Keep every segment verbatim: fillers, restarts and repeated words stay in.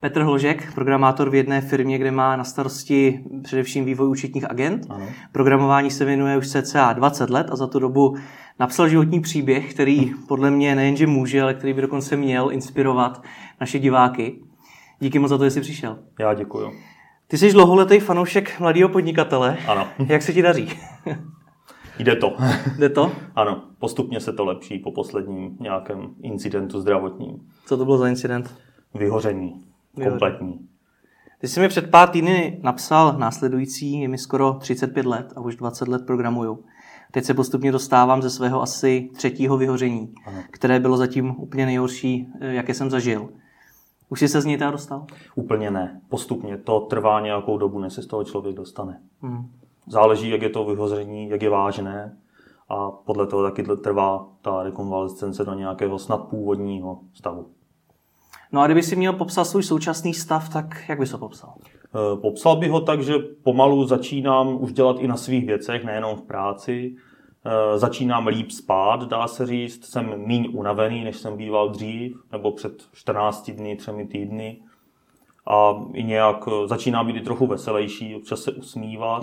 Petr Hložek, programátor v jedné firmě, kde má na starosti především vývoj účetních agent. Ano. Programování se věnuje už cca dvacet let a za tu dobu napsal životní příběh, který podle mě nejenže může, ale který by dokonce měl inspirovat naše diváky. Díky moc za to, že jsi přišel. Já děkuju. Ty jsi dlouholetý fanoušek mladého podnikatele. Ano. Jak se ti daří? Jde to. Jde to? Ano, postupně se to lepší po posledním nějakém incidentu zdravotním. Co to bylo za incident? Vyhoření. Kompletní. Ty jsi mi před pár týdny napsal následující, je mi skoro třicet pět let a už dvacet let programuju. Teď se postupně dostávám ze svého asi třetího vyhoření, ano. které bylo zatím úplně nejhorší, jaké jsem zažil. Už jsi se z něj teda dostal? Úplně ne. Postupně. To trvá nějakou dobu, než se z toho člověk dostane. Hmm. Záleží, jak je to vyhoření, jak je vážné a podle toho taky trvá ta rekonvalescence do nějakého snad původního stavu. No a kdyby si měl popsat svůj současný stav, tak jak bys ho popsal? E, popsal bych ho tak, že pomalu začínám už dělat i na svých věcech, nejenom v práci. E, začínám líp spát, dá se říct. Jsem míň unavený, než jsem býval dřív, nebo před čtrnácti dny, třemi týdny. A i nějak začínám být i trochu veselější, občas se usmívat.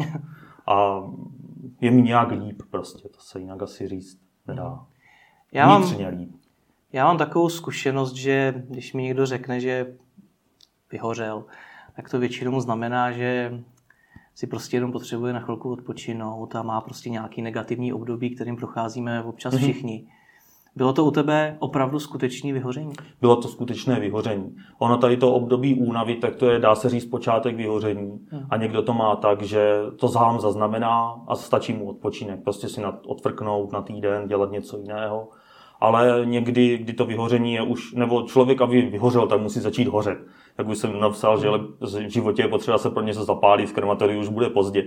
A je mi nějak líp prostě, to se jinak asi říct nedá. Já mám, líp. já mám takovou zkušenost, že když mi někdo řekne, že vyhořel, tak to většinou znamená, že si prostě jenom potřebuje na chvilku odpočinout a má prostě nějaký negativní období, kterým procházíme občas všichni. Bylo to u tebe opravdu skutečné vyhoření? Bylo to skutečné vyhoření. Ono tady to období únavy, tak to je, dá se říct, počátek vyhoření. Hmm. A někdo to má tak, že to sám zaznamená a stačí mu odpočinek. Prostě si odfrknout na týden, dělat něco jiného. Ale někdy, kdy to vyhoření je už, nebo člověk, aby vyhořel, tak musí začít hořet. Jak už jsem napsal, že v životě je potřeba se pro něco zapálit, v krematoriu už bude pozdě.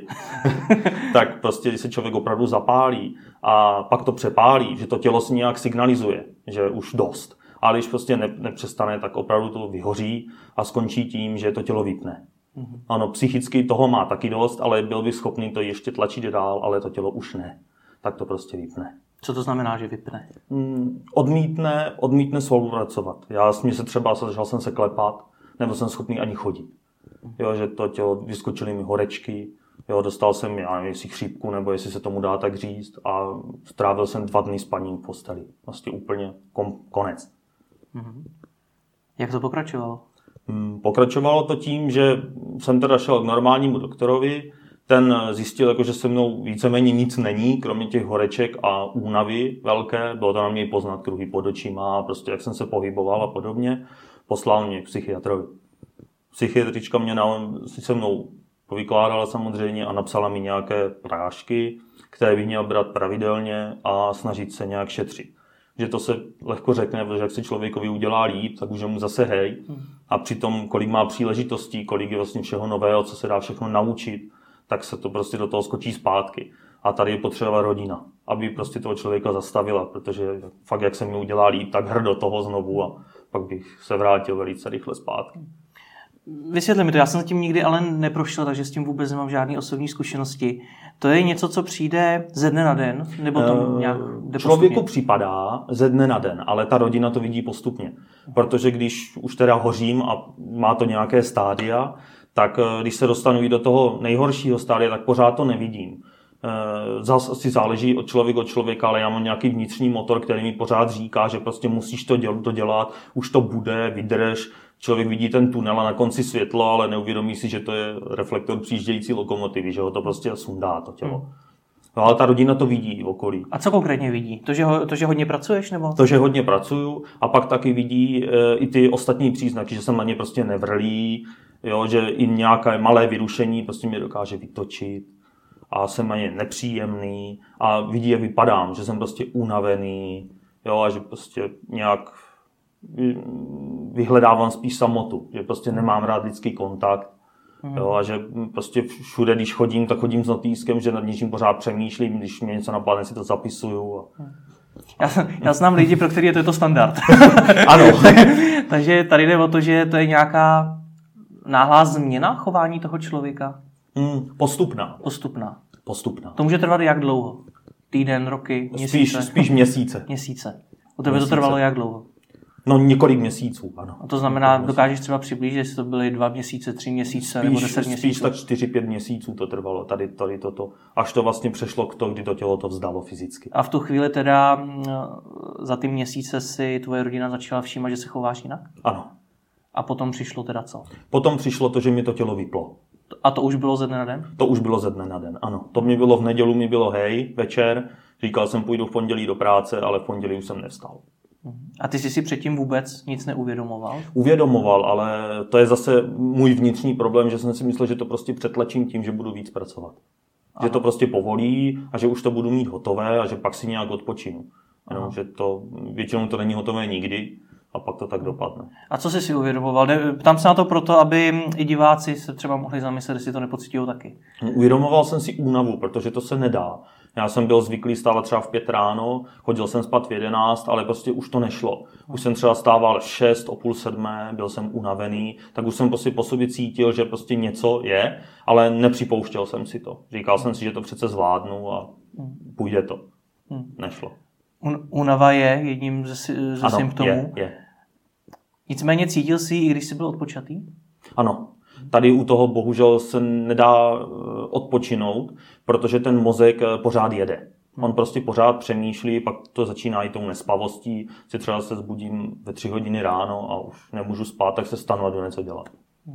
Tak prostě, když se člověk opravdu zapálí a pak to přepálí, že to tělo si nějak signalizuje, že už dost. Ale když prostě ne, nepřestane, tak opravdu to vyhoří a skončí tím, že to tělo vypne. Mm-hmm. Ano, psychicky toho má taky dost, ale byl by schopný to ještě tlačit dál, ale to tělo už ne. Tak to prostě vypne. Co to znamená, že vypne? Mm, odmítne, odmítne spolupracovat. Já mě se třeba začal jsem se klepat, nebo jsem schopný ani chodit. Jo, že to tělo, vyskočily mi horečky, jo, dostal jsem, já nevím, jestli chřípku, nebo jestli se tomu dá tak říct, a strávil jsem dva dny spaním v posteli. Vlastně úplně kom, konec. Mm-hmm. Jak to pokračovalo? Mm, pokračovalo to tím, že jsem teda šel k normálnímu doktorovi, ten zjistil, jako, že se mnou víceméně nic není, kromě těch horeček a únavy velké. Bylo to na mě poznat kruhy pod očima, prostě jak jsem se pohyboval a podobně. Poslal mě k psychiatrovi. Psychiatrička mě na, si se mnou povykládala samozřejmě a napsala mi nějaké prášky, které bych měl brát pravidelně a snažit se nějak šetřit. Že to se lehko řekne, protože jak si člověkovi udělá líp, tak už je mu zase hej. A přitom, kolik má příležitostí, kolik je vlastně všeho nového, co se dá všechno naučit, tak se to prostě do toho skočí zpátky. A tady je potřeba rodina, aby prostě toho člověka zastavila, protože fakt, jak se mi udělá líp, tak hr do toho znovu a pak bych se vrátil velice rychle zpátky. Vysvětli mi to, já jsem s tím nikdy ale neprošel, takže s tím vůbec nemám žádné osobní zkušenosti. To je něco, co přijde ze dne na den? Nebo to nějak jde Člověku postupně? připadá ze dne na den, ale ta rodina to vidí postupně. Protože když už teda hořím a má to nějaké stádia, tak když se dostanu i do toho nejhoršího stádia, tak pořád to nevidím. Zase asi záleží od člověka od člověka, ale já mám nějaký vnitřní motor, který mi pořád říká, že prostě musíš to dělat, to dělat, už to bude, vydrž. Člověk vidí ten tunel a na konci světlo, ale neuvědomí si, že to je reflektor přijíždějící lokomotivy, že ho to prostě sundá to tělo. Hmm. No, ale ta rodina to vidí v okolí. A co konkrétně vidí? To, že, ho, to, že hodně pracuješ? Nebo? To, že hodně pracuju a pak taky vidí e, i ty ostatní příznaky, že jsem na ně prostě nevrlý, jo, že i nějaké malé vyrušení prostě mě dokáže vytočit a jsem na ně nepříjemný a vidí, jak vypadám, že jsem prostě unavený, jo, a že prostě nějak vyhledávám spíš samotu, že prostě nemám rád lidský kontakt. Mm. Jo, a že prostě všude, když chodím, tak chodím s notýskem, že nad něčím pořád přemýšlím, když mě něco napadne, si to zapisuju. A... Já, já znám lidi, pro který je to, je to standard. Ano. Takže tady jde o to, že to je nějaká náhlá změna chování toho člověka? Mm, postupná. Postupná. Postupná. To může trvat jak dlouho? Týden, roky, měsíce? Spíš, spíš měsíce. Měsíce. U tebe to trvalo jak dlouho? No několik měsíců, ano. A to znamená, dokážeš třeba přiblížit, jestli to byly dva měsíce, tři měsíce spíš, nebo deset měsíců? Spíš tak čtyři, pět měsíců to trvalo, tady, tady toto, až to vlastně přešlo k tomu, kdy to tělo to vzdalo fyzicky. A v tu chvíli teda za ty měsíce si tvoje rodina začala všímat, že se chováš jinak? Ano. A potom přišlo teda co? Potom přišlo to, že mi to tělo vyplo. A to už bylo ze dne na den? To už bylo ze dne na den, ano. To mi bylo v neděli, mi bylo hej, večer. Říkal jsem, půjdu v pondělí do práce, ale v pondělí už jsem nevstal. A ty jsi si předtím vůbec nic neuvědomoval? Uvědomoval, ale to je zase můj vnitřní problém, že jsem si myslel, že to prostě přetlačím tím, že budu víc pracovat. Aha. Že to prostě povolí a že už to budu mít hotové a že pak si nějak odpočinu. Jenom, že to, většinou to není hotové nikdy a pak to tak dopadne. A co jsi si uvědomoval? Ptám se na to proto, aby i diváci se třeba mohli zamyslet, jestli to nepocitují taky. Uvědomoval jsem si únavu, protože to se nedá. Já jsem byl zvyklý stávat třeba v pět ráno, chodil jsem spát v jedenáct, ale prostě už to nešlo. Už jsem třeba stával v šest, o půl sedmé, byl jsem unavený, tak už jsem prostě po sobě cítil, že prostě něco je, ale nepřipouštěl jsem si to. Říkal jsem si, že to přece zvládnu a půjde to. Nešlo. Únava je jedním ze, ze ano, symptomů. Je, je. Nicméně cítil jsi, i když jsi byl odpočatý? Ano. Tady u toho bohužel se nedá odpočinout, protože ten mozek pořád jede. On prostě pořád přemýšlí, pak to začíná i tou nespavostí. Si třeba se zbudím ve tři hodiny ráno a už nemůžu spát, tak se stanu a jdu něco dělat.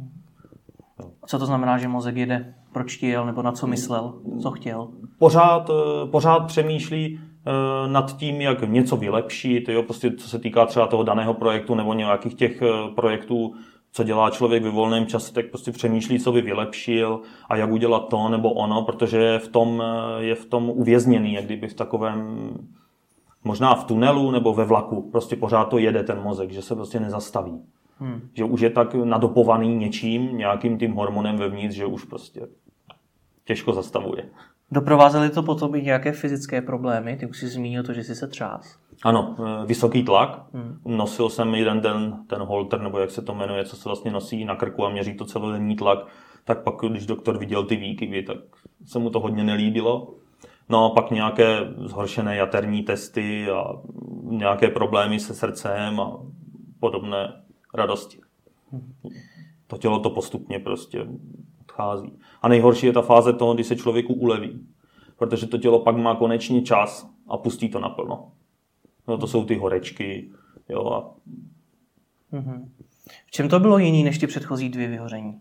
Co to znamená, že mozek jede? Proč ti jel, nebo na co myslel? Co chtěl? Pořád, pořád přemýšlí nad tím, jak něco vylepšit, jo? Prostě co se týká třeba toho daného projektu nebo nějakých těch projektů, co dělá člověk ve volném čase, tak prostě přemýšlí, co by vylepšil a jak udělat to nebo ono, protože je v tom, je v tom uvězněný, jak kdyby v takovém, možná v tunelu nebo ve vlaku. Prostě pořád to jede ten mozek, že se prostě nezastaví. Hmm. Že už je tak nadopovaný něčím, nějakým tím hormonem vevnitř, že už prostě těžko zastavuje. Doprovázely to potom i nějaké fyzické problémy? Ty už jsi zmínil to, že jsi se třás. Ano, vysoký tlak. Hmm. Nosil jsem jeden den ten holter, nebo jak se to jmenuje, co se vlastně nosí na krku a měří to celodenní tlak. Tak pak, když doktor viděl ty výkyvy, tak se mu to hodně nelíbilo. No a pak nějaké zhoršené jaterní testy a nějaké problémy se srdcem a podobné radosti. Hmm. To tělo to postupně prostě odchází. A nejhorší je ta fáze toho, kdy se člověku uleví. Protože to tělo pak má konečně čas a pustí to naplno. No, to jsou ty horečky. Jo, a... mm-hmm. V čem to bylo jiný než ty předchozí dvě vyhoření?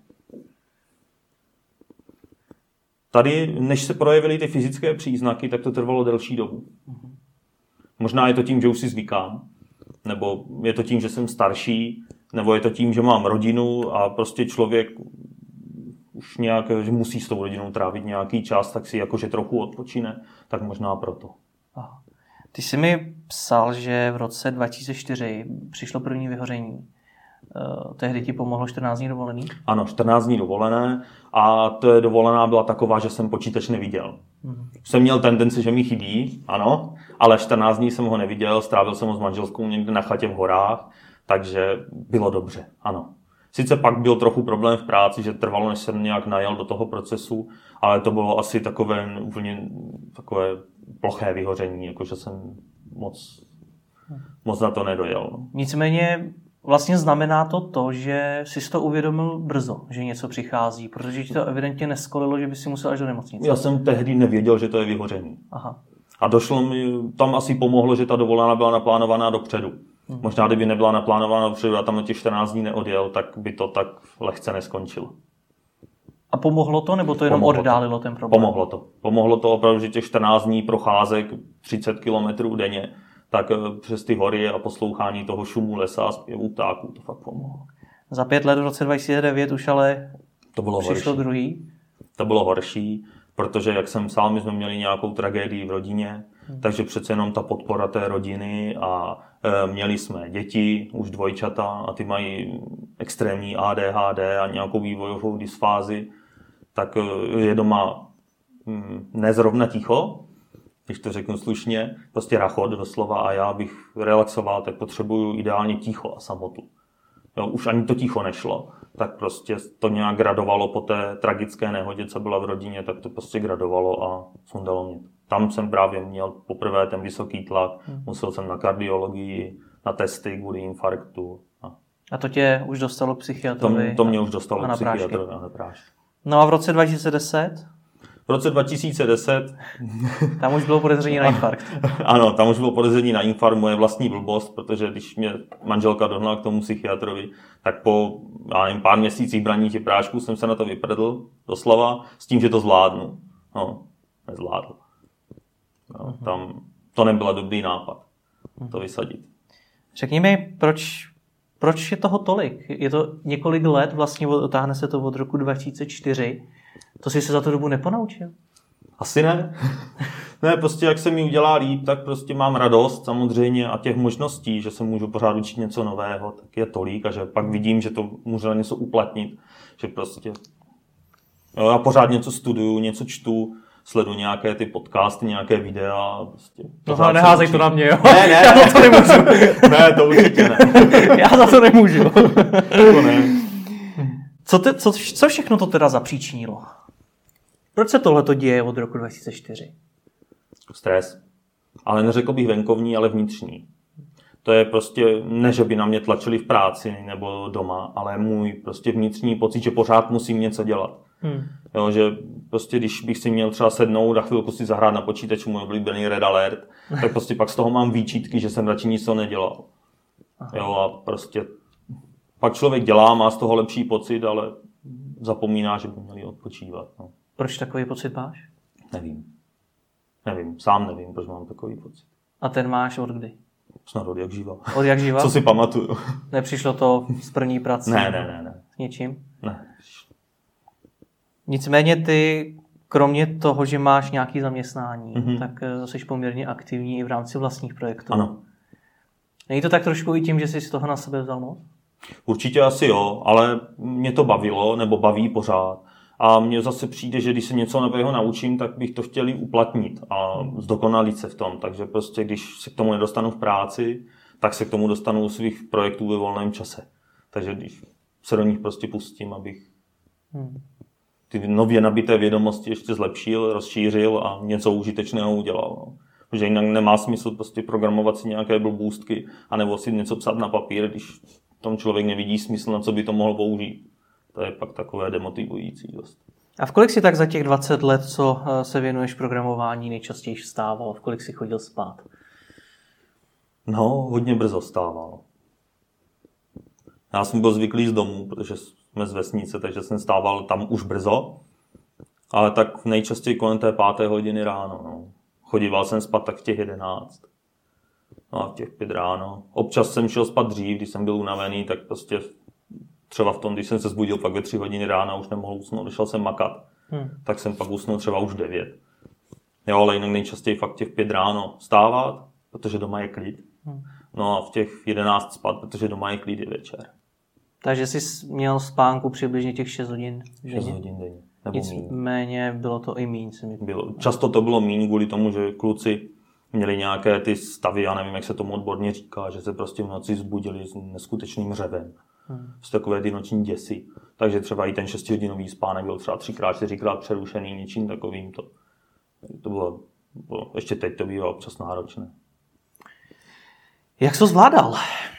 Tady, než se projevily ty fyzické příznaky, tak to trvalo delší dobu. Mm-hmm. Možná je to tím, že už si zvykám, nebo je to tím, že jsem starší, nebo je to tím, že mám rodinu a prostě člověk už nějak, že musí s tou rodinou trávit nějaký čas, tak si jakože trochu odpočine, tak možná proto. Aha. Ty jsi mi psal, že v roce dva tisíce čtyři přišlo první vyhoření. Uh, tehdy ti pomohlo čtrnáct dní dovolený? Ano, čtrnáct dní dovolené a to dovolená byla taková, že jsem počítač neviděl. Mm. Jsem měl tendenci, že mi chybí, ano, ale čtrnáct dní jsem ho neviděl, strávil jsem ho s manželskou někde na chatě v horách, takže bylo dobře, ano. Sice pak byl trochu problém v práci, že trvalo, než jsem nějak najel do toho procesu, ale to bylo asi takové úplně takové ploché vyhoření, jakože jsem moc, moc na to nedojel. Nicméně vlastně znamená to to, že jsi to uvědomil brzo, že něco přichází, protože ti to evidentně neskolilo, že by si musel až do nemocnice. Já jsem tehdy nevěděl, že to je vyhoření. Aha. A došlo mi, tam asi pomohlo, že ta dovolená byla naplánovaná dopředu. Hmm. Možná, kdyby nebyla naplánována dopředu a tam na těch čtrnáct dní neodjel, tak by to tak lehce neskončilo. A pomohlo to, nebo to jenom pomohlo oddálilo to. ten problém? Pomohlo to. Pomohlo to opravdu, že těch čtrnáct dní procházek třicet kilometrů denně, tak přes ty hory a poslouchání toho šumu lesa a zpěvu ptáků to fakt pomohlo. Za pět let v roce dva tisíce devět už ale to bylo přišlo horší. druhý? To bylo horší, protože jak jsem psal, my jsme měli nějakou tragédii v rodině, hmm. takže přece jenom ta podpora té rodiny a e, měli jsme děti, už dvojčata a ty mají extrémní A D H D a nějakou vývojovou dysfázi, tak e, je doma mm, nezrovna ticho, když to řeknu slušně, prostě rachot doslova a já bych relaxoval, tak potřebuju ideálně ticho a samotu. Jo, už ani to ticho nešlo, tak prostě to nějak gradovalo po té tragické nehodě, co byla v rodině, tak to prostě gradovalo a sundalo mě. Tam jsem právě měl poprvé ten vysoký tlak, hmm. musel jsem na kardiologii, na testy kvůli infarktu. A, a to tě už dostalo psychiatrovi? To, to mě už dostalo na psychiatrovi a na prášky. No a v roce dva tisíce deset? V roce dva tisíce deset... Tam už bylo podezření na infarkt. Ano, tam už bylo podezření na infarkt, moje vlastní blbost, protože když mě manželka dohnala k tomu psychiatrovi, tak po já nevím, pár měsících braní těch prášků jsem se na to vyprdl, doslova, s tím, že to zvládnu. No, nezvládl. No, uh-huh. Tam to nebyl dobrý nápad, to vysadit. Řekni mi, proč, proč je toho tolik? Je to několik let, vlastně otáhne se to od roku dva tisíce čtyři. To jsi se za tu dobu neponaučil? Asi ne. Ne, prostě jak se mi udělá líp, tak prostě mám radost samozřejmě a těch možností, že se můžu pořád učit něco nového, tak je tolik a že pak vidím, že to můžu na něco uplatnit. Že prostě jo, já pořád něco studuju, něco čtu, sleduju nějaké ty podcasty, nějaké videa. Prostě no ale neházej to na mě, jo? Ne, ne, já za to nemůžu. Ne, to určitě ne. Já za to nemůžu. To ne. Co, te, co, co všechno to teda zapříčinilo? Proč se tohleto děje od roku dva tisíce čtyři? Stres. Ale neřekl bych venkovní, ale vnitřní. To je prostě, ne, že by na mě tlačili v práci nebo doma, ale můj prostě vnitřní pocit, že pořád musím něco dělat. Hmm. Jo, že prostě když bych si měl třeba sednout a chvilku si zahrát na počítači můj oblíbený Red Alert, tak prostě pak z toho mám výčitky, že jsem radši nic to nedělal. Aha. Jo, a prostě pak člověk dělá, má z toho lepší pocit, ale zapomíná, že by měli odpočívat. No. Proč takový pocit máš? Nevím. Nevím, sám nevím, proč mám takový pocit. A ten máš od kdy? Snad od jak živa. Od jak živa? Co si pamatuju. Nepřišlo to z první prací? Ne, ne, ne, ne. S něčím? Ne. Nicméně ty, kromě toho, že máš nějaké zaměstnání, mm-hmm. tak jsi poměrně aktivní i v rámci vlastních projektů. Ano. Není to tak trošku i tím, že jsi z toho na sebe vzal moc? Určitě asi jo, ale mě to bavilo, nebo baví pořád. A mně zase přijde, že když se něco nového naučím, tak bych to chtěl uplatnit a zdokonalit se v tom. Takže prostě, když se k tomu nedostanu v práci, tak se k tomu dostanu u svých projektů ve volném čase. Takže když se do nich prostě pustím, abych ty nově nabité vědomosti ještě zlepšil, rozšířil a něco užitečného udělal. No. Protože jinak nemá smysl prostě programovat si nějaké blbůstky anebo si něco psat na papír, když tom člověk nevidí smysl, na co by to mohl použít. To je pak takové demotivující dost. A v kolik si tak za těch dvacet let, co se věnuješ programování, nejčastěji vstával? V kolik si chodil spát? No, hodně brzo vstával. Já jsem byl zvyklý z domu, protože jsme z vesnice, takže jsem stával tam už brzo. Ale tak nejčastěji kolem té páté hodiny ráno. No. Chodíval jsem spát tak v těch jedenáct. No a v těch pět ráno. Občas jsem šel spát dřív, když jsem byl unavený, tak prostě třeba v tom, když jsem se zbudil pak ve tři hodiny rána, už nemohl usnout, došel jsem makat. Hmm. Tak jsem pak usnul třeba už devět. Jo, ale jinak nejčastěji fakt těch pět ráno vstávat, protože doma je klid. Hmm. No a v těch jedenáct spát, protože doma je klid je večer. Takže jsi měl spánku přibližně těch šest hodin denně? šest hodin denně. Nicméně bylo to i míň. Se mi bylo. Často to bylo míň kvůli tomu, že kluci měli nějaké ty stavy, já nevím, jak se tomu odborně říká, že se prostě v noci zbudili s neskutečným řevem. Hmm. Z takové ty noční děsy. Takže třeba i ten šestihodinový spánek byl třeba třikrát, čtyřikrát přerušený něčím takovým. To, to bylo, bylo, ještě teď to bylo občas náročné. Jak jsi to zvládal?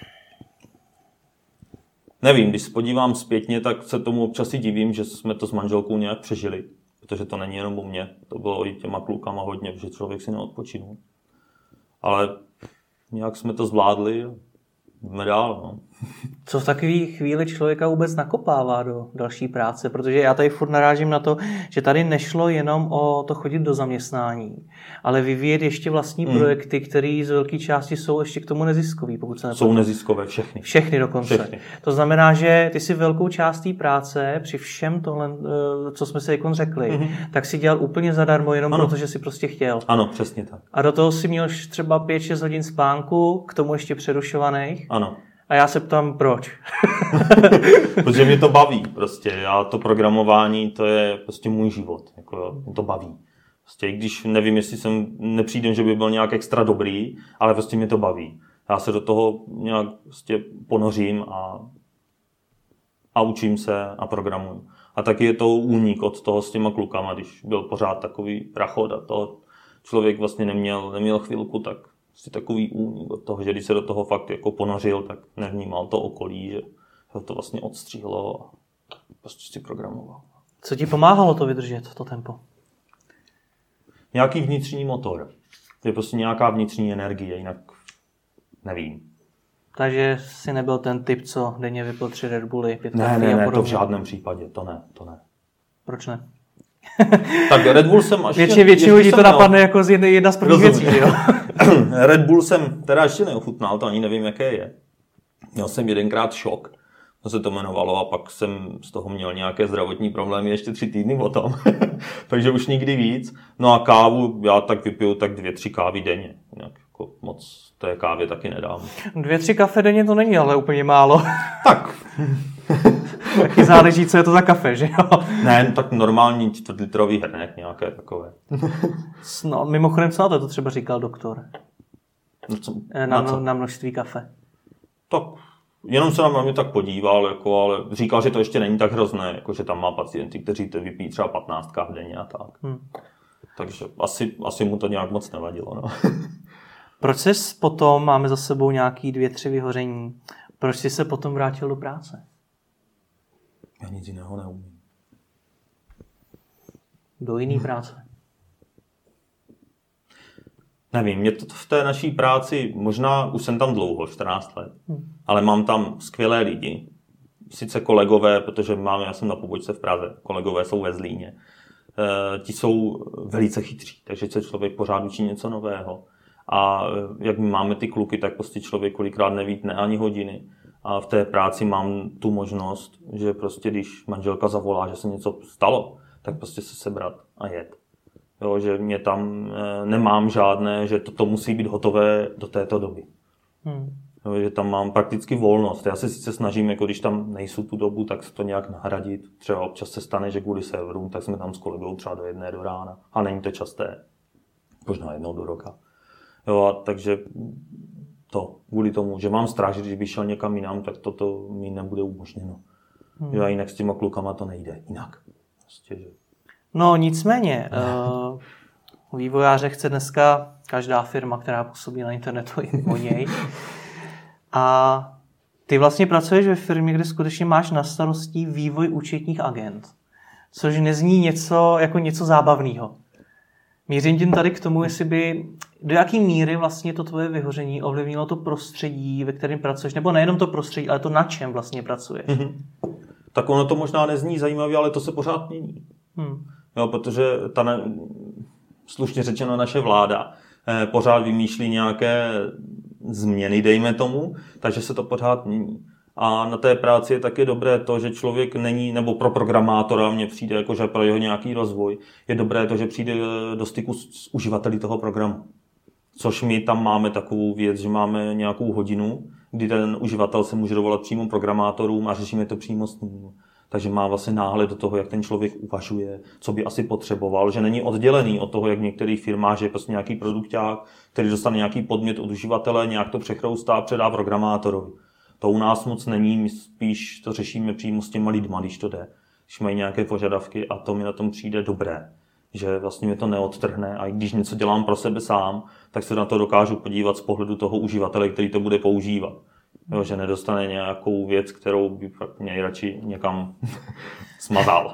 Nevím, když se podívám zpětně, tak se tomu občas i divím, že jsme to s manželkou nějak přežili. Protože to není jenom u mě. To bylo i těma klukama hodně, že člověk si neodpočinul. Ale nějak jsme to zvládli a jdeme dál. No. Co v takové chvíli člověka vůbec nakopává do další práce? Protože já tady furt narážím na to, že tady nešlo jenom o to chodit do zaměstnání, ale vyvíjet ještě vlastní hmm. projekty, které z velké části jsou ještě k tomu neziskový. Pokud se jsou neziskové všechny. Všechny dokonce. Všechny. To znamená, že ty si velkou část té práce při všem tohle, co jsme si jako řekli, hmm. tak si dělal úplně zadarmo, jenom ano. protože si prostě chtěl. Ano, přesně tak. A do toho si měl třeba pět šest hodin spánku, k tomu ještě přerušovaných. Ano. A já se ptám, proč? Protože mě to baví prostě. Já to programování, to je prostě můj život. Jako, mě to baví. Prostě, i když nevím, jestli jsem nepřijde, že by byl nějak extra dobrý, ale prostě mě to baví. Já se do toho nějak prostě ponořím a, a učím se a programuju. A taky je to únik od toho s těma klukama, když byl pořád takový rachot a to člověk vlastně neměl, neměl chvilku, tak Prostě takový únik od toho, že když se do toho fakt jako ponořil, tak nevnímal to okolí, že ho to vlastně odstříhlo a prostě si programoval. Co ti pomáhalo to vydržet, to tempo? Nějaký vnitřní motor. Je prostě nějaká vnitřní energie, jinak nevím. Takže jsi nebyl ten typ, co denně vypil tři Red Bully, pět Ne, kafí ne, a ne, podobně. to v žádném případě, to ne, to ne. Proč ne? Tak Red Bull jsem až... Většině, většinou lidí to napadne jako z jedna, jedna z prvních věcí, jo? Red Bull jsem teda ještě neochutnal, to ani nevím, jaké je. Měl jsem jedenkrát šok, to se to jmenovalo, a pak jsem z toho měl nějaké zdravotní problémy ještě tři týdny potom. Takže už nikdy víc. No a kávu já tak vypiju tak dvě, tři kávy denně. Jinak jako moc té kávě taky nedám. Dvě, tři kafe denně to není, ale úplně málo. Tak. Taky záleží, co je to za kafe, že jo? Ne, tak normální čtvrtlitrový hrnek, nějaké takové. No, mimochodem, co na to, to třeba říkal doktor? No, co, Na, na, na, co? na množství kafe. Tak, jenom se na mě tak podíval, jako, ale říkal, že to ještě není tak hrozné, jako, že tam má pacienty, kteří to vypijí třeba patnáct káv denně a tak. Hmm. Takže asi, asi mu to nějak moc nevadilo. No. Proč jsi potom, máme za sebou nějaký dvě, tři vyhoření, proč jsi se potom vrátil do práce? Já nic jiného neumím. Do jiný práce? Nevím, mě to v té naší práci, možná už jsem tam dlouho, čtrnáct let, hmm. ale mám tam skvělé lidi. Sice kolegové, protože máme, já jsem na pobočce v Praze, kolegové jsou ve Zlíně. E, ti jsou velice chytří, takže se člověk pořád učí něco nového. A jak my máme ty kluky, tak prostě člověk kolikrát neví dne ani hodiny. A v té práci mám tu možnost, že prostě když manželka zavolá, že se něco stalo, tak prostě se sebrat a jet. Jo, že mě tam e, nemám žádné, že to, to musí být hotové do této doby. Hmm. Jo, že tam mám prakticky volnost. Já se sice snažím, jako když tam nejsou tu dobu, tak se to nějak nahradit. Třeba občas se stane, že kvůli serverům, tak jsme tam s kolegou třeba do jedné do rána. A není to časté. Možná jednou do roka. Jo, a takže to, kvůli tomu, že mám strach, že když bych šel někam jinam, tak toto mi nebude umožněno. Hmm. Jo, a jinak s těma klukama to nejde. Jinak. Prostě, že... No nicméně, uh, vývojáře chce dneska každá firma, která působí na internetu, i mimo něj. A ty vlastně pracuješ ve firmě, kde skutečně máš na starosti vývoj účetních agent. Což nezní něco jako něco zábavného. Mířím tím tady k tomu, jestli by do jaký míry vlastně to tvoje vyhoření ovlivnilo to prostředí, ve kterém pracuješ, nebo nejenom to prostředí, ale to, na čem vlastně pracuješ. Mm-hmm. Tak ono to možná nezní zajímavě, ale to se pořád mění. Hmm. Jo, protože ta, ne, slušně řečeno, naše vláda eh, pořád vymýšlí nějaké změny, dejme tomu, takže se to pořád mění. A na té práci je taky dobré to, že člověk není, nebo pro programátora mně přijde, jako, že pro jeho nějaký rozvoj, je dobré to, že přijde do styku s, s uživateli toho programu. Což my tam máme takovou věc, že máme nějakou hodinu, kdy ten uživatel se může dovolat přímo programátorům a řešíme to přímo s ním. Takže má vlastně náhled do toho, jak ten člověk uvažuje, co by asi potřeboval, že není oddělený od toho, jak v některých firmách, že je prostě nějaký produkták, který dostane nějaký podmět od uživatele, nějak to přechroustá a předá programátorovi. To u nás moc není, my spíš to řešíme přímo s těma lidma, když to jde. Když mají nějaké požadavky a to mi na tom přijde dobré. Že vlastně mě to neodtrhne a i když něco dělám pro sebe sám, tak se na to dokážu podívat z pohledu toho uživatele, který to bude používat. Jo, že nedostane nějakou věc, kterou by fakt nejradši někam smazal.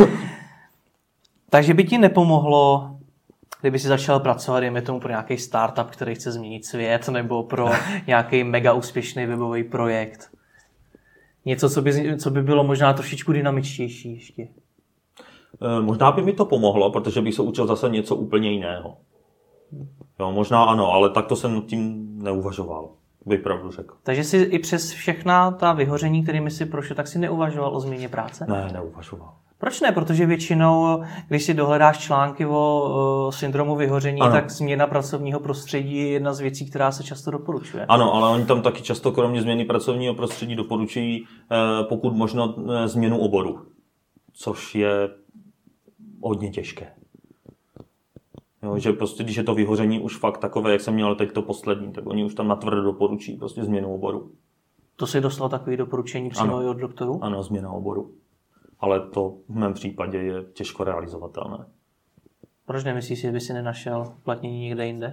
Takže by ti nepomohlo, kdyby si začal pracovat, dejme tomu, pro nějaký startup, který chce změnit svět, nebo pro nějaký mega úspěšný webový projekt? Něco, co by, co by bylo možná trošičku dynamičtější ještě? Možná by mi to pomohlo, protože bych se učil zase něco úplně jiného. Jo, možná ano, ale takto jsem tím neuvažoval, bych pravdu řekl. Takže si i přes všechna ta vyhoření, kterými si prošel, tak si neuvažoval o změně práce? Ne, neuvažoval. Proč ne? Protože většinou, když si dohledáš články o, o syndromu vyhoření, ano, tak změna pracovního prostředí je jedna z věcí, která se často doporučuje. Ano, ale oni tam taky často kromě změny pracovního prostředí doporučují pokud možno změnu oboru, což je hodně těžké. Jo, že prostě, když je to vyhoření už fakt takové, jak jsem měl teď to poslední, tak oni už tam natvrdo doporučí prostě změnu oboru. To jsi dostal takové doporučení přímo od doktorů? Ano, změna oboru. Ale to v mém případě je těžko realizovatelné. Proč nemyslíš si, že by si nenašel platnění někde jinde?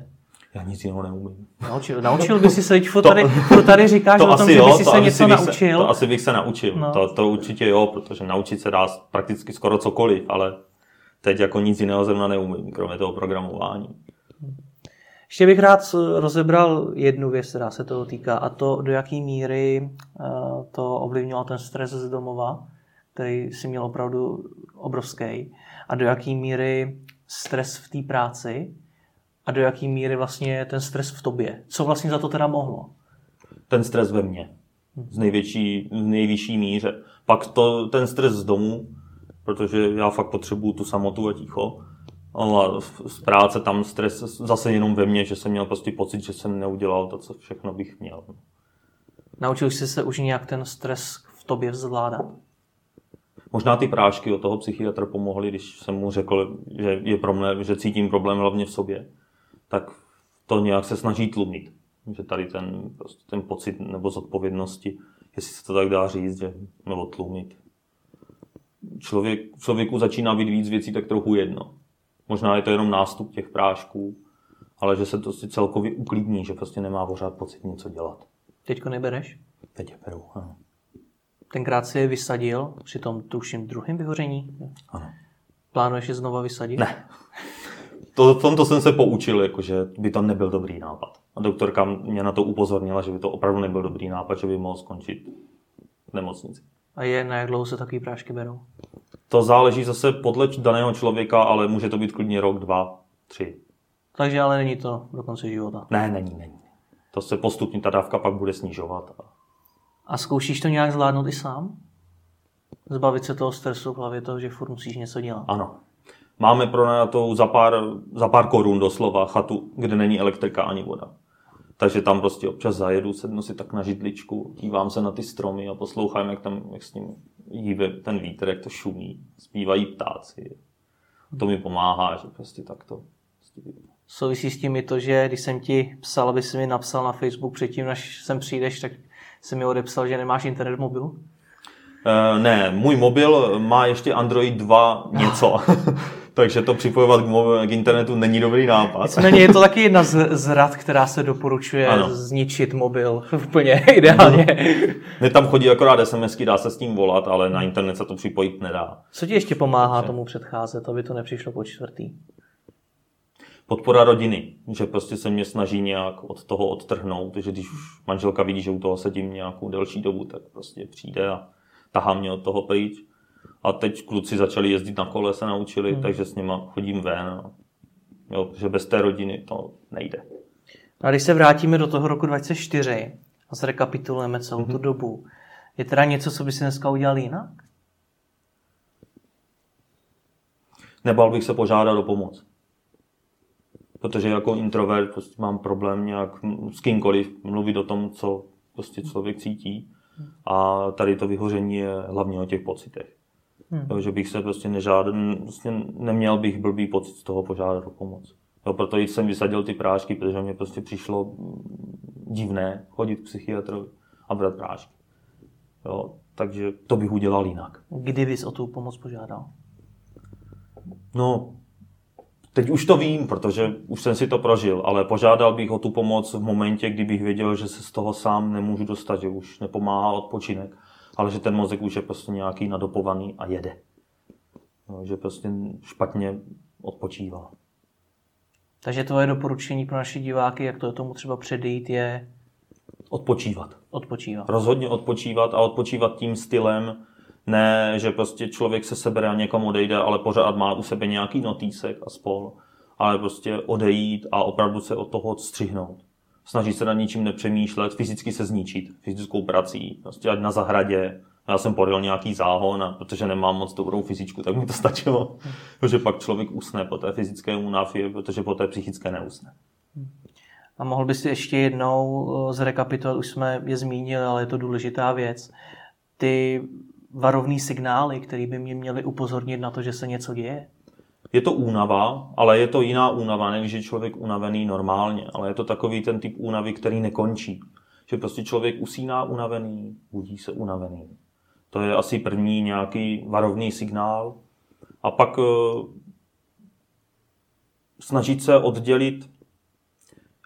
Já nic jiného neumím. Naučil, naučil by si se, to tady, to tady říkáš to o tom, že by si se něco bych naučil. Se, to asi bych se naučil, no. to, to určitě jo, protože naučit se dá prakticky skoro cokoliv, ale teď jako nic jiného zrovna neumím, kromě toho programování. Ještě bych rád rozebral jednu věc, která se toho týká, a to, do jaké míry to ovlivňoval ten stres z domova, který si měl opravdu obrovský, a do jaké míry stres v té práci a do jaké míry vlastně ten stres v tobě. Co vlastně za to teda mohlo? Ten stres ve mně. Z největší, v nejvyšší míře. Pak to, ten stres z domu, protože já fakt potřebuju tu samotu a ticho. Ale z práce tam stres zase jenom ve mně, že jsem měl prostě pocit, že jsem neudělal to, co všechno bych měl. Naučil jsi se už nějak ten stres v tobě zvládat? Možná ty prášky od toho psychiatra pomohly, když jsem mu řekl, že je problém, že cítím problém hlavně v sobě, tak to nějak se snaží tlumit. Že tady ten, prostě ten pocit nebo zodpovědnosti, jestli se to tak dá říct, že, nebo tlumit. Člověk, člověku začíná být víc věcí tak trochu jedno. Možná je to jenom nástup těch prášků, ale že se to si celkově uklidní, že prostě nemá pořád pocit něco dělat. Teďko nebereš? Teď je beru, ano. Tenkrát si je vysadil při tom tuším druhém vyhoření? Ano. Plánuješ je znova vysadit? Ne. To, v tomto jsem se poučil, jako, že by to nebyl dobrý nápad. A doktorka mě na to upozornila, že by to opravdu nebyl dobrý nápad, že by mohl skončit v nemocnici. A je, na jak dlouho se takové prášky berou? To záleží zase podle daného člověka, ale může to být klidně rok, dva, tři. Takže ale není to do konce života? Ne, není, není. To se postupně, ta dávka pak bude snižovat. A, a zkoušíš to nějak zvládnout i sám? Zbavit se toho stresu v hlavě toho, že furt musíš něco dělat? Ano. Máme pronajatou za pár, za pár korun doslova chatu, kde není elektrika ani voda. Takže tam prostě občas zajedu, sednu si tak na židličku, dívám se na ty stromy a poslouchám, jak tam jak s ním hýbe ten vítr, jak to šumí, zpívají ptáci. To mi pomáhá, že prostě tak to prostě Souvisí s tím i to, že když jsem ti psal, aby si mi napsal na Facebook předtím, než sem přijdeš, tak jsi mi odepsal, že nemáš internet v mobilu? Uh, ne, můj mobil má ještě Android dva něco. Takže to připojovat k, mobil, k internetu není dobrý nápad. Nicméně je to taky jedna z, z rad, která se doporučuje ano. Zničit mobil úplně ideálně. Mně tam chodí akorát SMSky, dá se s tím volat, ale na internet se to připojit nedá. Co ti ještě pomáhá Takže... tomu předcházet, aby to nepřišlo po čtvrtý? Podpora rodiny, že prostě se mě snaží nějak od toho odtrhnout, že když už manželka vidí, že u toho sedím nějakou delší dobu, tak prostě přijde a tahá mě od toho pryč. A teď kluci začali jezdit na kole, se naučili, hmm. takže s nima chodím ven. Jo, protože bez té rodiny to nejde. A když se vrátíme do toho roku dva tisíce čtyři a zrekapitulujeme celou hmm. tu dobu, je teda něco, co by si dneska udělal jinak? Nebál bych se požádat o pomoc. Protože jako introvert prostě mám problém nějak s kýmkoliv mluvit o tom, co prostě člověk cítí. A tady to vyhoření je hlavně o těch pocitech. Hmm. Že bych se prostě nežádal, prostě neměl bych blbý pocit z toho požádat o pomoc. Jo, proto jsem vysadil ty prášky, protože mě prostě přišlo divné chodit k psychiatrovi a brát prášky. Jo, takže to bych udělal jinak. Kdybys o tu pomoc požádal? No, teď už to vím, protože už jsem si to prožil, ale požádal bych o tu pomoc v momentě, kdybych věděl, že se z toho sám nemůžu dostat, že už nepomáhá odpočinek, ale že ten mozek už je prostě nějaký nadopovaný a jede. No, že prostě špatně odpočívá. Takže tvoje doporučení pro naše diváky, jak to tomu třeba předejít, je... Odpočívat. Odpočívat. Rozhodně odpočívat a odpočívat tím stylem, ne, že prostě člověk se sebere a někam odejde, ale pořád má u sebe nějaký notýsek a spol, ale prostě odejít a opravdu se od toho odstřihnout. Snažit se na ničím nepřemýšlet, fyzicky se zničit, fyzickou prací, prostě ať na zahradě. Já jsem podjel nějaký záhon a protože nemám moc dobrou fyzičku, tak mi to stačilo. Protože pak člověk usne po té fyzické únavě, protože po té psychické neusne. A mohl bys si ještě jednou zrekapitulovat, už jsme je zmínili, ale je to důležitá věc, ty varovný signály, které by mě měly upozornit na to, že se něco děje? Je to únava, ale je to jiná únava, než je člověk unavený normálně, ale je to takový ten typ únavy, který nekončí. Že prostě člověk usíná unavený, budí se unavený. To je asi první nějaký varovný signál. A pak uh, snažit se oddělit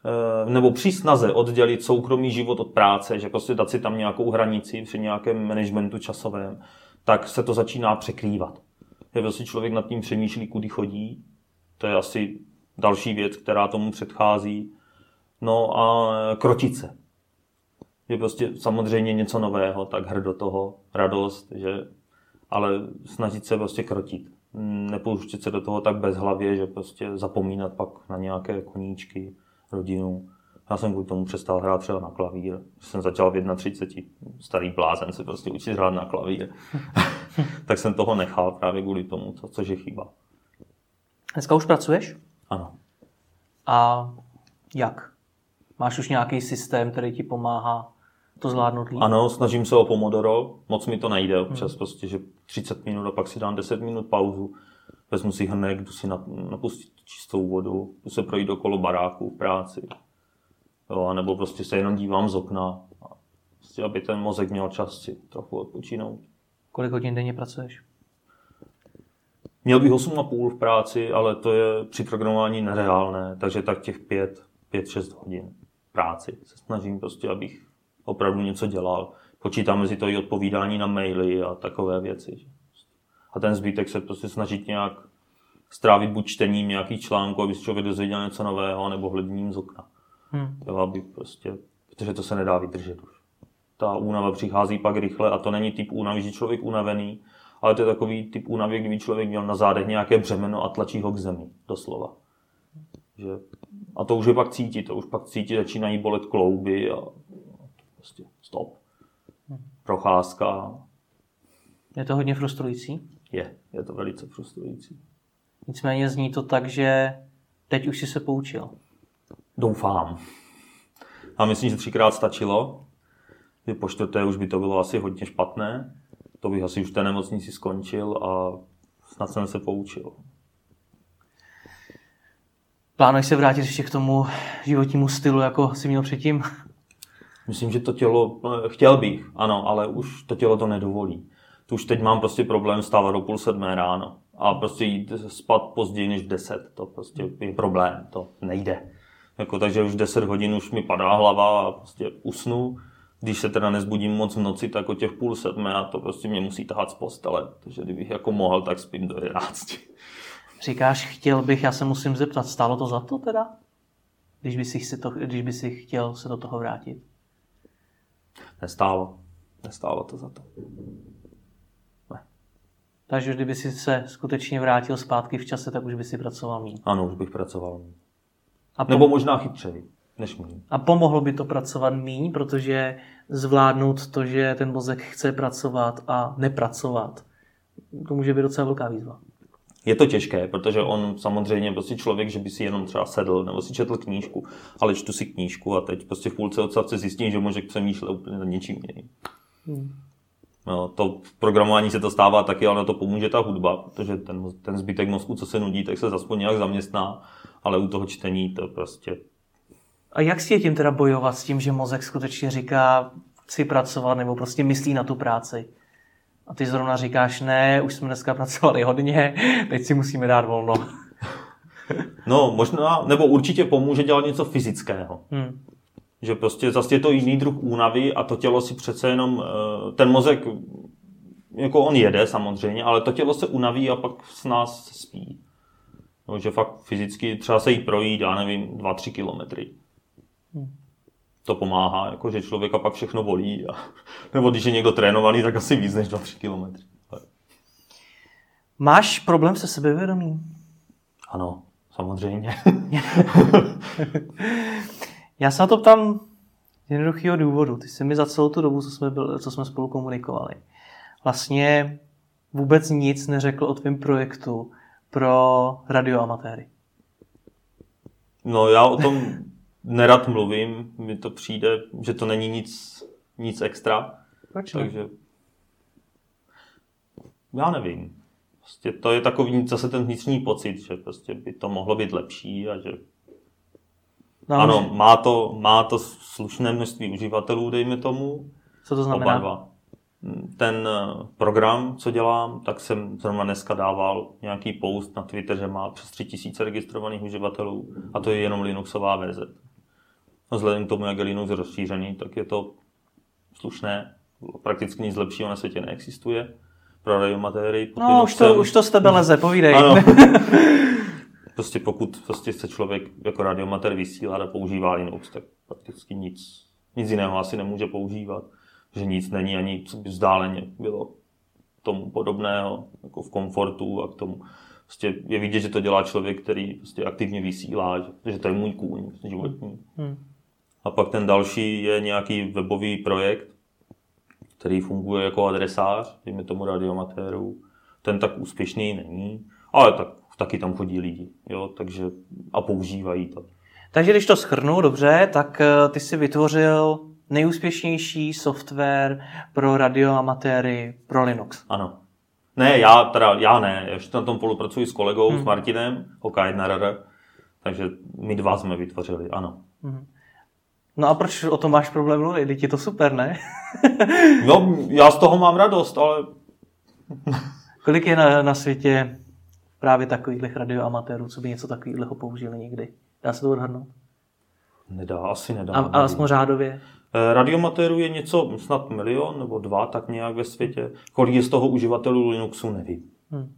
nebo při snaze oddělit soukromý život od práce, že prostě dát si tam nějakou hranici při nějakém managementu časovém, tak se to začíná překrývat. Je prostě člověk nad tím přemýšlí, kudy chodí. To je asi další věc, která tomu předchází. No a krotit se. Je prostě samozřejmě něco nového, tak hr do toho, radost, že, ale snažit se prostě krotit. Nepouštět se do toho tak bezhlavě, že prostě zapomínat pak na nějaké koníčky, rodinu. Já jsem kvůli tomu přestal hrát třeba na klavír. Jsem začal v třiceti jedna, starý blázen se prostě učit hrát na klavír. Tak jsem toho nechal právě kvůli tomu, co, což je chyba. Dneska už pracuješ? Ano. A jak? Máš už nějaký systém, který ti pomáhá to zvládnout líp? Ano, snažím se o Pomodoro. Moc mi to nejde občas, hmm. prostě, že třicet minut a pak si dám deset minut pauzu. Vezmu si hrnek, jdu si napustit čistou vodu, jdu se projít okolo baráku v práci. Jo, a nebo prostě se jenom dívám z okna, prostě, aby ten mozek měl čas si trochu odpočinout. Kolik hodin denně pracuješ? Měl bych osm a půl v práci, ale to je při programování nereálné, takže tak těch pět, pět, šest hodin práci se snažím prostě, abych opravdu něco dělal. Počítáme si to i odpovídání na maily a takové věci. A ten zbytek se prostě snažit nějak strávit buď čtením nějakých článků, aby si člověk dozvěděl něco nového, nebo hleděním z okna. Hmm. Jo, aby prostě, protože to se nedá vydržet už. Ta únava přichází pak rychle a to není typ únavy, že člověk unavený, ale to je takový typ únavy, kdyby člověk měl na zádech nějaké břemeno a tlačí ho k zemi, doslova. Že, a to už je pak cítit, to už pak cítit, začínají bolet klouby a prostě stop. Procházka. Je to hodně frustrující? Je, je to velice frustrující. Nicméně zní to tak, že teď už jsi se poučil. Doufám. A myslím, že třikrát stačilo. Že po čtvrté už by to bylo asi hodně špatné. To bych asi už v té nemocnici skončil a snad jsem se poučil. Plánuješ se vrátit ještě k tomu životnímu stylu, jako jsi měl předtím? Myslím, že to tělo, chtěl bych, ano, ale už to tělo to nedovolí. To už teď mám prostě problém stávat do půl sedmé ráno a prostě jít spát později než v deset. To prostě je problém, to nejde. Jako, takže už deset hodin už mi padá hlava a prostě usnu. Když se teda nezbudím moc v noci, tak o těch půl sedmé a to prostě mě musí tahat z postele. Takže kdybych jako mohl, tak spím do jedenácti. Říkáš, chtěl bych, já se musím zeptat, stálo to za to teda? Když by si, si, to, když by si chtěl se do toho vrátit? Nestálo. Nestálo to za to. Ne. Takže kdyby si se skutečně vrátil zpátky v čase, tak už by si pracoval míň. Ano, už bych pracoval míň. A pom- Nebo možná chytřeji, než míň. A pomohlo by to pracovat míň, protože zvládnout to, že ten mozek chce pracovat a nepracovat, to může být docela velká výzva. Je to těžké, protože on samozřejmě prostě člověk, že by si jenom třeba sedl nebo si četl knížku, ale čtu si knížku a teď prostě v půlce odstavce zjistím, že mozek přemýšlel úplně nad něčím jiným. Hmm. No, to v programování se to stává taky, ale na to pomůže ta hudba, protože ten, ten zbytek mozku, co se nudí, tak se aspoň nějak zaměstná, ale u toho čtení to prostě... A jak si je tím teda bojovat s tím, že mozek skutečně říká, chci pracovat nebo prostě myslí na tu práci? A ty zrovna říkáš, ne, už jsme dneska pracovali hodně, teď si musíme dát volno. No, možná, nebo určitě pomůže dělat něco fyzického. Hmm. Že prostě zase je to jiný druh únavy a to tělo si přece jenom, ten mozek, jako on jede samozřejmě, ale to tělo se unaví a pak s nás spí. No, že fakt fyzicky třeba se jí projít, já nevím, dva, tři kilometry. Hmm. To pomáhá, jako že člověka pak všechno bolí. A, nebo když je někdo trénovaný, tak asi víc než dva tři kilometry. Máš problém se sebevědomím? Ano, samozřejmě. Já se na to ptám z jednoduchého důvodu. Ty jsi mi za celou tu dobu, co jsme, byli, co jsme spolu komunikovali, vlastně vůbec nic neřekl o tvém projektu pro radioamatéry. No já o tom nerad mluvím, mi to přijde, že to není nic, nic extra. Proč? Takže já nevím. Prostě to je takový zase ten vnitřní pocit, že prostě by to mohlo být lepší a že no, ano, že... má to, má to slušné množství uživatelů, dejme tomu. Co to znamená? Oba dva. Ten program, co dělám, tak jsem zrovna dneska dával nějaký post na Twitter, že má přes tři tisíce registrovaných uživatelů a to je jenom Linuxová verze. Vzhledem k tomu, jak je Linux rozšířený, tak je to slušné. Prakticky nic lepšího na světě neexistuje pro radioamatéry. No, už to, už to z tebe leze, povídej. Ano. Prostě pokud prostě se člověk jako radioamatér vysílá a používá Linux, tak prakticky nic, nic jiného asi nemůže používat. Že nic není ani co by vzdáleně bylo tomu podobného, jako v komfortu a k tomu. Prostě je vidět, že to dělá člověk, který prostě aktivně vysílá, že, že to je můj kůň životní. Hmm. A pak ten další je nějaký webový projekt, který funguje jako adresář, dejme tomu radioamatérů. Ten tak úspěšný není, ale tak, taky tam chodí lidi, jo, takže a používají to. Takže když to shrnu dobře, tak ty si vytvořil nejúspěšnější software pro radioamatéry pro Linux. Ano. Ne, já teda, já ne, já ještě na tom spolupracuji s kolegou, hmm. s Martinem, O K jedna R R, takže my dva jsme vytvořili, ano. Hmm. No a proč o tom máš problém mluvit? Teď je to super, ne? No, já z toho mám radost, ale... Kolik je na, na světě právě takových radioamatérů, co by něco takového použili někdy? Dá se to odhadnout? Nedá, asi nedá. A, a aspoň řádově? Radioamatérů je něco, snad milion nebo dva, tak nějak ve světě. Kolik je z toho uživatelů Linuxu, nevím. Hmm.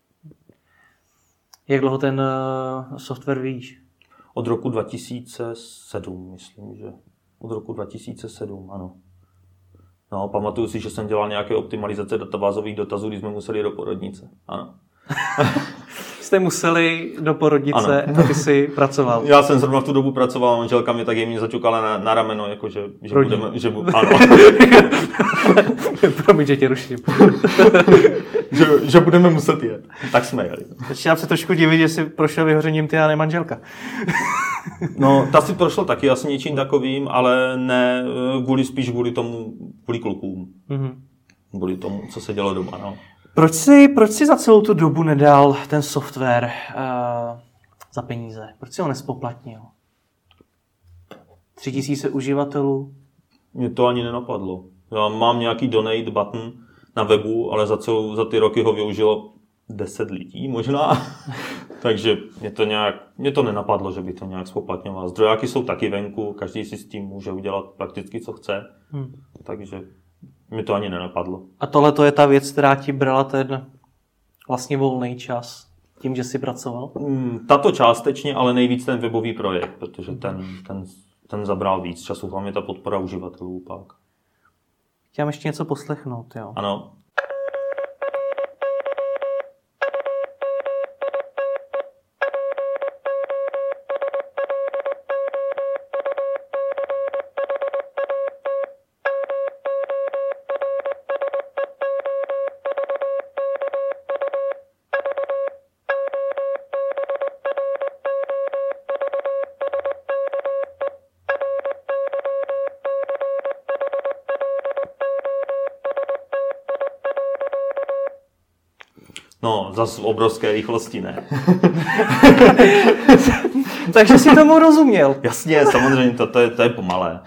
Jak dlouho ten uh, software víš? Od roku dva tisíce sedm, myslím, že. Od roku dva tisíce sedm, ano. No, pamatuju si, že jsem dělal nějaké optimalizace databázových dotazů, když jsme museli do porodnice. Ano. Jste museli do porodnice, ano. A ty jsi pracoval. Já jsem zrovna v tu dobu pracoval, manželka mi tak jemně zaťukala na, na rameno, jako že, že budeme, že bu, ano. Promiň, že tě ruším. že, že budeme muset jet. Tak jsme jeli. Začínám se trošku divit, že jsi prošel vyhořením ty a ne manželka. No, ta si prošla taky asi něčím takovým, ale ne kvůli, spíš kvůli tomu, kvůli klukům. Mm-hmm. Kvůli tomu, co se dělo doma, no. Proč jsi, proč jsi za celou tu dobu nedal ten software uh, za peníze? Proč jsi ho nespoplatnil? Tři tisíce uživatelů? Mě to ani nenapadlo. Já mám nějaký donate button na webu, ale za, celou, za ty roky ho využilo deset lidí možná. Takže mě to, nějak, mě to nenapadlo, že by to nějak spoplatňoval. Zdrojáky jsou taky venku, každý si s tím může udělat prakticky, co chce. Hmm. Takže mi to ani nenapadlo. A tohle to je ta věc, která ti brala ten vlastně volný čas tím, že jsi pracoval? Tato částečně, ale nejvíc ten webový projekt, protože ten, ten, ten zabral víc času. Tam je ta podpora uživatelů pak. Chtěl ještě něco poslechnout, jo? Ano. No, zase obrovské rychlosti, ne? Takže si tomu rozuměl. Jasně, samozřejmě, to, to, je, to je pomalé.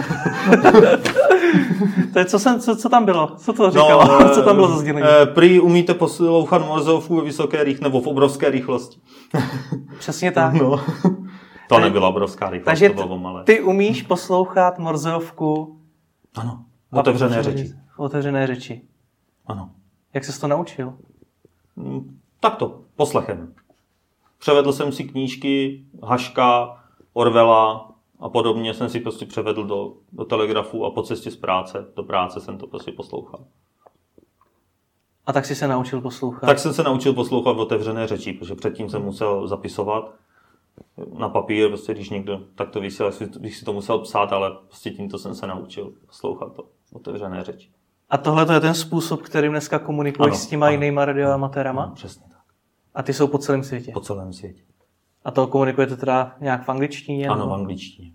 To je, co, jsem, co, co tam bylo? Co to říkalo? No, co tam bylo za sdělení? Prý umíte poslouchat morzovku ve vysoké rychlosti, nebo v obrovské rychlosti. Přesně tak. No. To nebyla obrovská rychlost, takže to bylo pomalé. Ty umíš poslouchat morzovku? Ano, otevřené řeči. Otevřené řeči. Ano. Jak ses to naučil? Takto, poslechem. Převedl jsem si knížky, Haška, Orwella a podobně jsem si prostě převedl do, do telegrafu a po cestě z práce, do práce jsem to prostě poslouchal. A tak jsi se naučil poslouchat? Tak jsem se naučil poslouchat v otevřené řeči, protože předtím jsem musel zapisovat na papír, prostě když někdo takto vysílal, když si to musel psát, ale prostě tímto jsem se naučil poslouchat to v otevřené řeči. A tohle to je ten způsob, kterým dneska komunikuješ ano, s těma ano, jinýma radioamatérama? Ano, přesně tak. A ty jsou po celém světě? Po celém světě. A to komunikujete teda nějak v angličtině? Ano, nebo? v angličtině.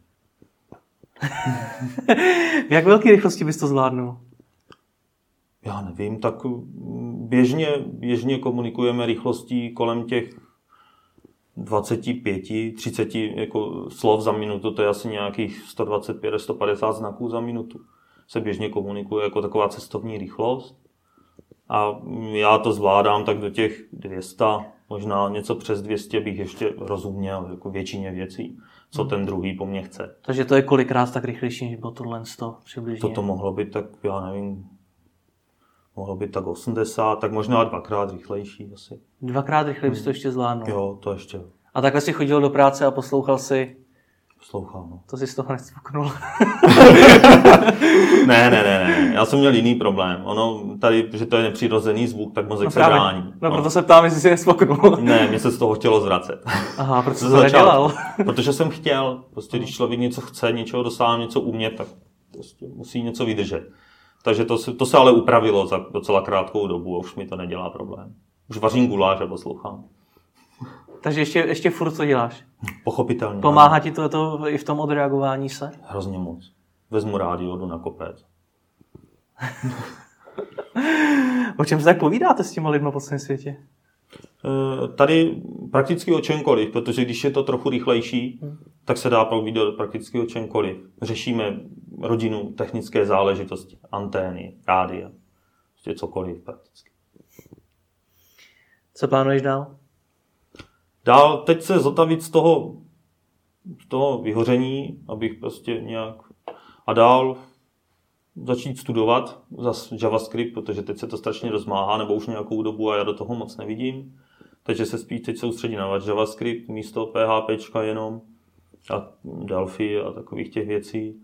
V jak velké rychlosti bys to zvládnul? Já nevím, tak běžně, běžně komunikujeme rychlostí kolem těch dvacet pět třicet jako slov za minutu, to je asi nějakých sto dvacet pět až sto padesát znaků za minutu. Se běžně komunikuje jako taková cestovní rychlost. A já to zvládám tak do těch dvě stě, Možná něco přes dvě stě bych ještě rozuměl jako většině věcí, co ten druhý po mně chce. Takže to je kolikrát tak rychlejší, než bylo tohle sto přibližně? Toto mohlo být tak, já nevím, mohlo být tak osmdesát, tak možná dvakrát rychlejší asi. Dvakrát rychleji bys to ještě zvládnul? Jo, to ještě. A takhle jsi chodil do práce a poslouchal si? Poslouchal, no. To jsi z toho nespoknul. ne, ne, ne, ne, já jsem měl jiný problém. Ono tady, že to je nepřirozený zvuk, tak mozek no se brání. No, proto se ptám, jestli jsi nespoknul. ne, mě se z toho chtělo zvracet. Aha, proč jsi to nedělal? Protože jsem chtěl. Prostě když člověk něco chce, něčeho dosáhne, něco umět, tak prostě musí něco vydržet. Takže to se, to se ale upravilo za docela krátkou dobu a už mi to nedělá problém. Už vařím guláš a poslouchám. Takže ještě, ještě furt co děláš? Pochopitelně. Pomáhá ano. ti to, to i v tom odreagování se? Hrozně moc. Vezmu rádio, jdu na kopec. O čem se tak povídáte s těma lidma po celém světě? Tady prakticky o čemkoliv, protože když je to trochu rychlejší, hmm. tak se dá povídat prakticky o čemkoliv. Řešíme rodinu, technické záležitosti, antény, rádia, prostě cokoliv prakticky. Co plánuješ dál? Dál teď se zotavit z toho, z toho vyhoření, abych prostě nějak... A dál začít studovat zas JavaScript, protože teď se to strašně rozmáhá, nebo už nějakou dobu a já do toho moc nevidím. Takže se spíš teď soustředí na JavaScript místo PHPčka jenom a Delphi a takových těch věcí.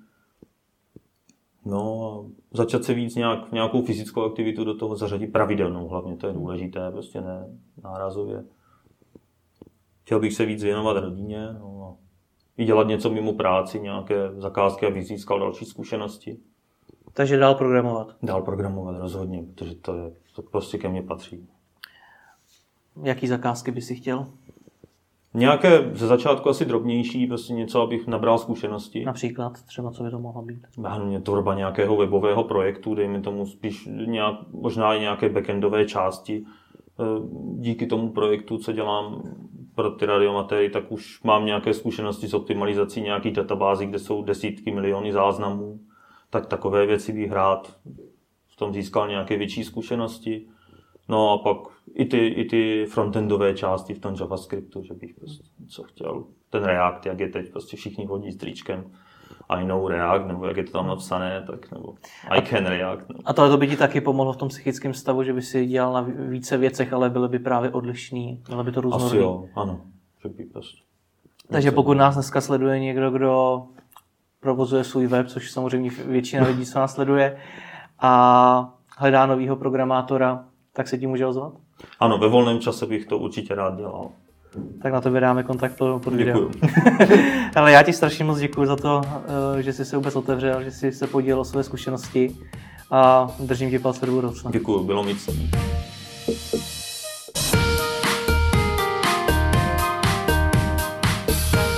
No a začat se víc nějak, nějakou fyzickou aktivitu do toho zařadit pravidelnou, hlavně to je důležité, prostě ne nárazově. Chtěl bych se víc věnovat rodině, no a i dělat něco mimo práci, nějaké zakázky, abych získal další zkušenosti. Takže dál programovat? Dál programovat rozhodně, protože to, je, to prostě ke mně patří. Jaký zakázky by si chtěl? Nějaké ze začátku asi drobnější, prostě něco, abych nabral zkušenosti. Například třeba, co by to mohlo být? Hlavně tvorba nějakého webového projektu, dejme tomu spíš nějak, možná i nějaké backendové části. Díky tomu projektu, co dělám pro ty radiomatéry, tak už mám nějaké zkušenosti s optimalizací nějakých databází, kde jsou desítky miliony záznamů. Tak takové věci bych rád v tom získal nějaké větší zkušenosti. No a pak i ty, i ty frontendové části v tom JavaScriptu, že bych prostě něco chtěl. Ten React, jak je teď, prostě všichni hodí s tričkem I know React, nebo jak je to tam napsané, tak nebo I can React. No. A tohle by ti taky pomohlo v tom psychickém stavu, že by si dělal na více věcech, ale byly by právě odlišný, bylo by to různorodý. Asi jo, ano. Že by prostě. Takže pokud nás dneska sleduje někdo, kdo provozuje svůj web, což samozřejmě většina lidí, co nás sleduje, a hledá novýho programátora, tak se tím může ozvat? Ano, ve volném čase bych to určitě rád dělal. Tak na tebe dáme kontakt pod video. Ale já ti strašně moc děkuji za to, že jsi se vůbec otevřel, že jsi se podělil o své zkušenosti a držím ti palce do budoucna. Děkuji, bylo mi ctí.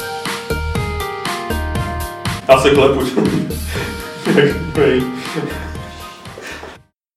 Já se klepu.